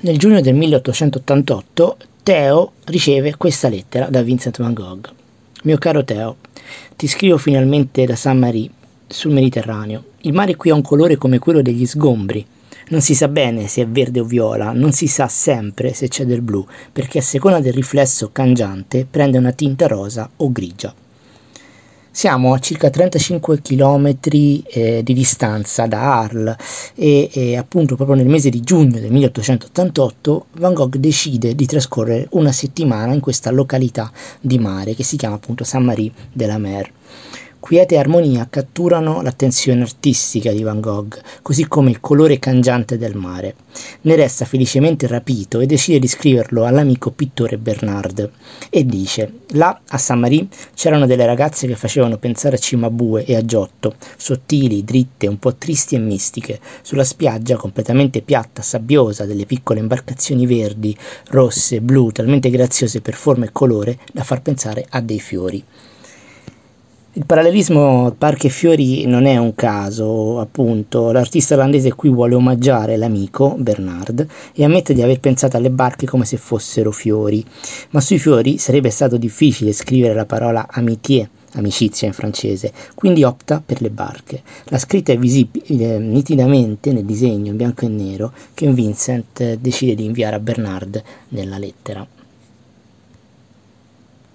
Nel giugno del 1888 Theo riceve questa lettera da Vincent van Gogh. Mio caro Theo, ti scrivo finalmente da Saint-Mary, sul Mediterraneo. Il mare qui ha un colore come quello degli sgombri. Non si sa bene se è verde o viola, non si sa sempre se c'è del blu, perché a seconda del riflesso cangiante prende una tinta rosa o grigia. Siamo a circa 35 km di distanza da Arles e appunto proprio nel mese di giugno del 1888 Van Gogh decide di trascorrere una settimana in questa località di mare che si chiama appunto Saint-Mary-de-la-Mer. Quiete e armonia catturano l'attenzione artistica di Van Gogh, così come il colore cangiante del mare. Ne resta felicemente rapito e decide di scriverlo all'amico pittore Bernard. E dice: là a Saint-Mary c'erano delle ragazze che facevano pensare a Cimabue e a Giotto, sottili, dritte, un po' tristi e mistiche. Sulla spiaggia, completamente piatta, sabbiosa, delle piccole imbarcazioni verdi, rosse, blu, talmente graziose per forma e colore da far pensare a dei fiori. Il parallelismo parchi e fiori non è un caso, appunto. L'artista olandese qui vuole omaggiare l'amico, Bernard, e ammette di aver pensato alle barche come se fossero fiori. Ma sui fiori sarebbe stato difficile scrivere la parola amitié, amicizia in francese, quindi opta per le barche. La scritta è visibile nitidamente nel disegno in bianco e nero che Vincent decide di inviare a Bernard nella lettera.